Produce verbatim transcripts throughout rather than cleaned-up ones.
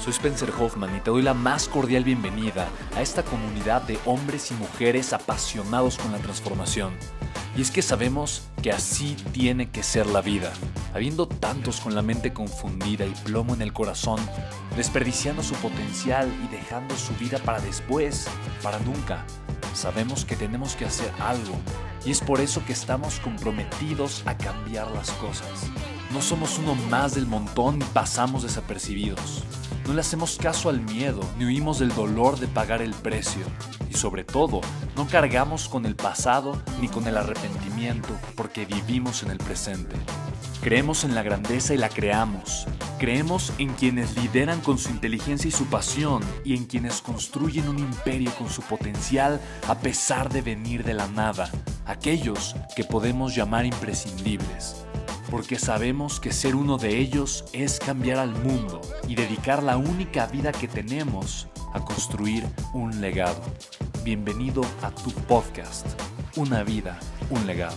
Soy Spencer Hoffman y te doy la más cordial bienvenida a esta comunidad de hombres y mujeres apasionados con la transformación. Y es que sabemos que así tiene que ser la vida, habiendo tantos con la mente confundida y plomo en el corazón, desperdiciando su potencial y dejando su vida para después, para nunca. Sabemos que tenemos que hacer algo y es por eso que estamos comprometidos a cambiar las cosas. No somos uno más del montón y pasamos desapercibidos. No le hacemos caso al miedo ni huimos del dolor de pagar el precio. Y sobre todo, no cargamos con el pasado ni con el arrepentimiento porque vivimos en el presente. Creemos en la grandeza y la creamos. Creemos en quienes lideran con su inteligencia y su pasión y en quienes construyen un imperio con su potencial a pesar de venir de la nada. Aquellos que podemos llamar imprescindibles. Porque sabemos que ser uno de ellos es cambiar al mundo y dedicar la única vida que tenemos a construir un legado. Bienvenido a tu podcast, Una vida, un legado.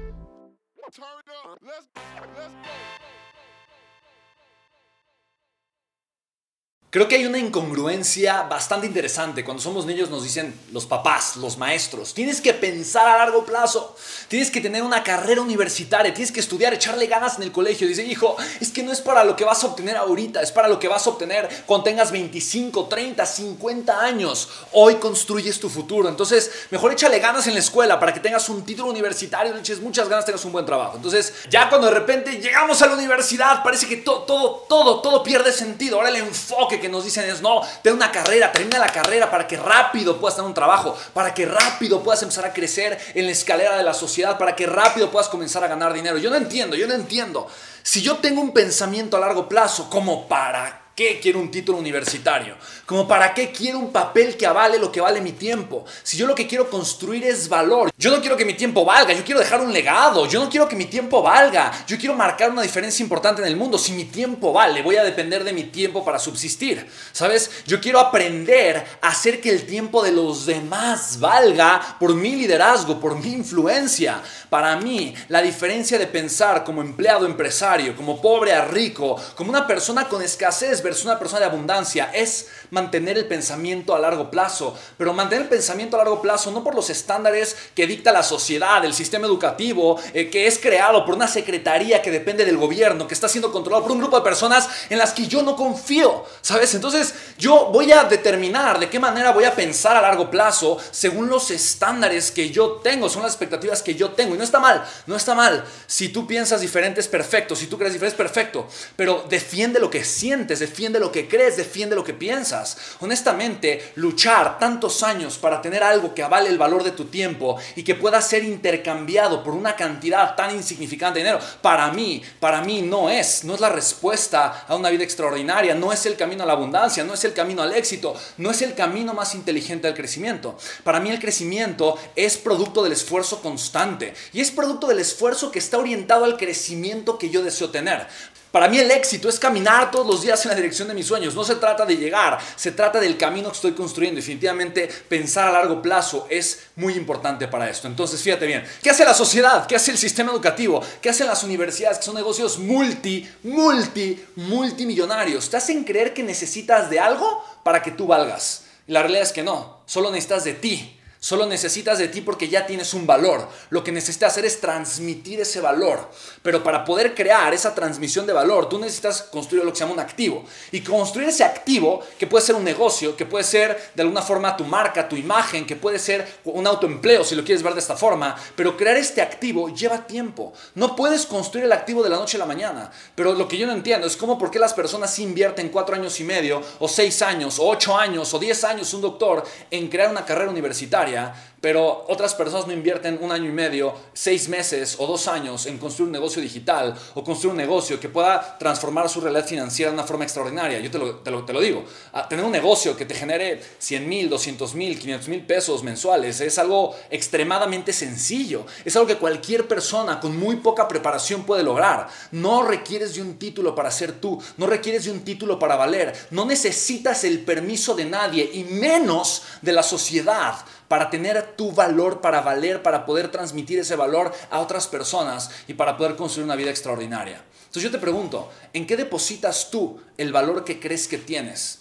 Creo que hay una incongruencia bastante interesante. Cuando somos niños nos dicen los papás, los maestros, tienes que pensar a largo plazo, tienes que tener una carrera universitaria, tienes que estudiar, echarle ganas en el colegio. Dice, hijo, es que no es para lo que vas a obtener ahorita, es para lo que vas a obtener cuando tengas veinticinco, treinta, cincuenta años. Hoy construyes tu futuro. Entonces, mejor échale ganas en la escuela para que tengas un título universitario, le eches muchas ganas, tengas un buen trabajo. Entonces, ya cuando de repente llegamos a la universidad, parece que todo, todo, todo, todo pierde sentido. Ahora el enfoque que nos dicen es, no, ten una carrera, termina la carrera para que rápido puedas tener un trabajo, para que rápido puedas empezar a crecer en la escalera de la sociedad, para que rápido puedas comenzar a ganar dinero. Yo no entiendo, yo no entiendo. Si yo tengo un pensamiento a largo plazo, como para ¿qué quiero un título universitario? ¿Como para qué quiero un papel que avale lo que vale mi tiempo? Si yo lo que quiero construir es valor. Yo no quiero que mi tiempo valga, yo quiero dejar un legado. Yo no quiero que mi tiempo valga. Yo quiero marcar una diferencia importante en el mundo. Si mi tiempo vale, voy a depender de mi tiempo para subsistir. ¿Sabes? Yo quiero aprender a hacer que el tiempo de los demás valga por mi liderazgo, por mi influencia. Para mí, la diferencia de pensar como empleado empresario, como pobre a rico, como una persona con escasez versus una persona de abundancia es mantener el pensamiento a largo plazo, pero mantener el pensamiento a largo plazo no por los estándares que dicta la sociedad, el sistema educativo, eh, que es creado por una secretaría que depende del gobierno, que está siendo controlado por un grupo de personas en las que yo no confío, ¿sabes? Entonces yo voy a determinar de qué manera voy a pensar a largo plazo según los estándares que yo tengo, son las expectativas que yo tengo, y no está mal, no está mal. Si tú piensas diferente es perfecto, si tú crees diferente es perfecto, pero defiende lo que sientes, defiende lo que crees, defiende lo que piensas. Honestamente, luchar tantos años para tener algo que avale el valor de tu tiempo y que pueda ser intercambiado por una cantidad tan insignificante de dinero, para mí, para mí no es, no es la respuesta a una vida extraordinaria, no es el camino a la abundancia, no es el camino al éxito, no es el camino más inteligente al crecimiento. Para mí el crecimiento es producto del esfuerzo constante y es producto del esfuerzo que está orientado al crecimiento que yo deseo tener. Para mí el éxito es caminar todos los días en la dirección de mis sueños. No se trata de llegar, se trata del camino que estoy construyendo. Definitivamente pensar a largo plazo es muy importante para esto. Entonces fíjate bien, ¿qué hace la sociedad? ¿Qué hace el sistema educativo? ¿Qué hacen las universidades? Que son negocios multi, multi, multimillonarios. Te hacen creer que necesitas de algo para que tú valgas. Y la realidad es que no, solo necesitas de ti. Solo necesitas de ti porque ya tienes un valor. Lo que necesitas hacer es transmitir ese valor. Pero para poder crear esa transmisión de valor, tú necesitas construir lo que se llama un activo. Y construir ese activo, que puede ser un negocio, que puede ser de alguna forma tu marca, tu imagen, que puede ser un autoempleo, si lo quieres ver de esta forma. Pero crear este activo lleva tiempo. No puedes construir el activo de la noche a la mañana. Pero lo que yo no entiendo es cómo, por qué las personas invierten cuatro años y medio, o seis años, o ocho años, o diez años, un doctor, en crear una carrera universitaria, pero otras personas no invierten un año y medio, seis meses o dos años en construir un negocio digital o construir un negocio que pueda transformar su realidad financiera de una forma extraordinaria. Yo te lo, te lo, te lo digo, a tener un negocio que te genere cien mil, doscientos mil, quinientos mil pesos mensuales es algo extremadamente sencillo. Es algo que cualquier persona con muy poca preparación puede lograr. No requieres de un título para ser tú, no requieres de un título para valer, no necesitas el permiso de nadie y menos de la sociedad para tener tu valor, para valer, para poder transmitir ese valor a otras personas y para poder construir una vida extraordinaria. Entonces yo te pregunto, ¿en qué depositas tú el valor que crees que tienes?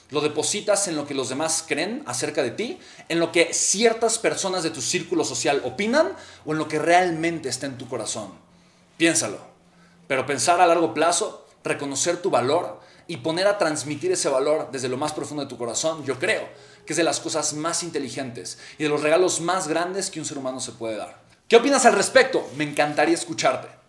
¿Lo depositas en lo que los demás creen acerca de ti? ¿En lo que ciertas personas de tu círculo social opinan? ¿O en lo que realmente está en tu corazón? Piénsalo. Pero pensar a largo plazo, reconocer tu valor y poner a transmitir ese valor desde lo más profundo de tu corazón, yo creo que es de las cosas más inteligentes y de los regalos más grandes que un ser humano se puede dar. ¿Qué opinas al respecto? Me encantaría escucharte.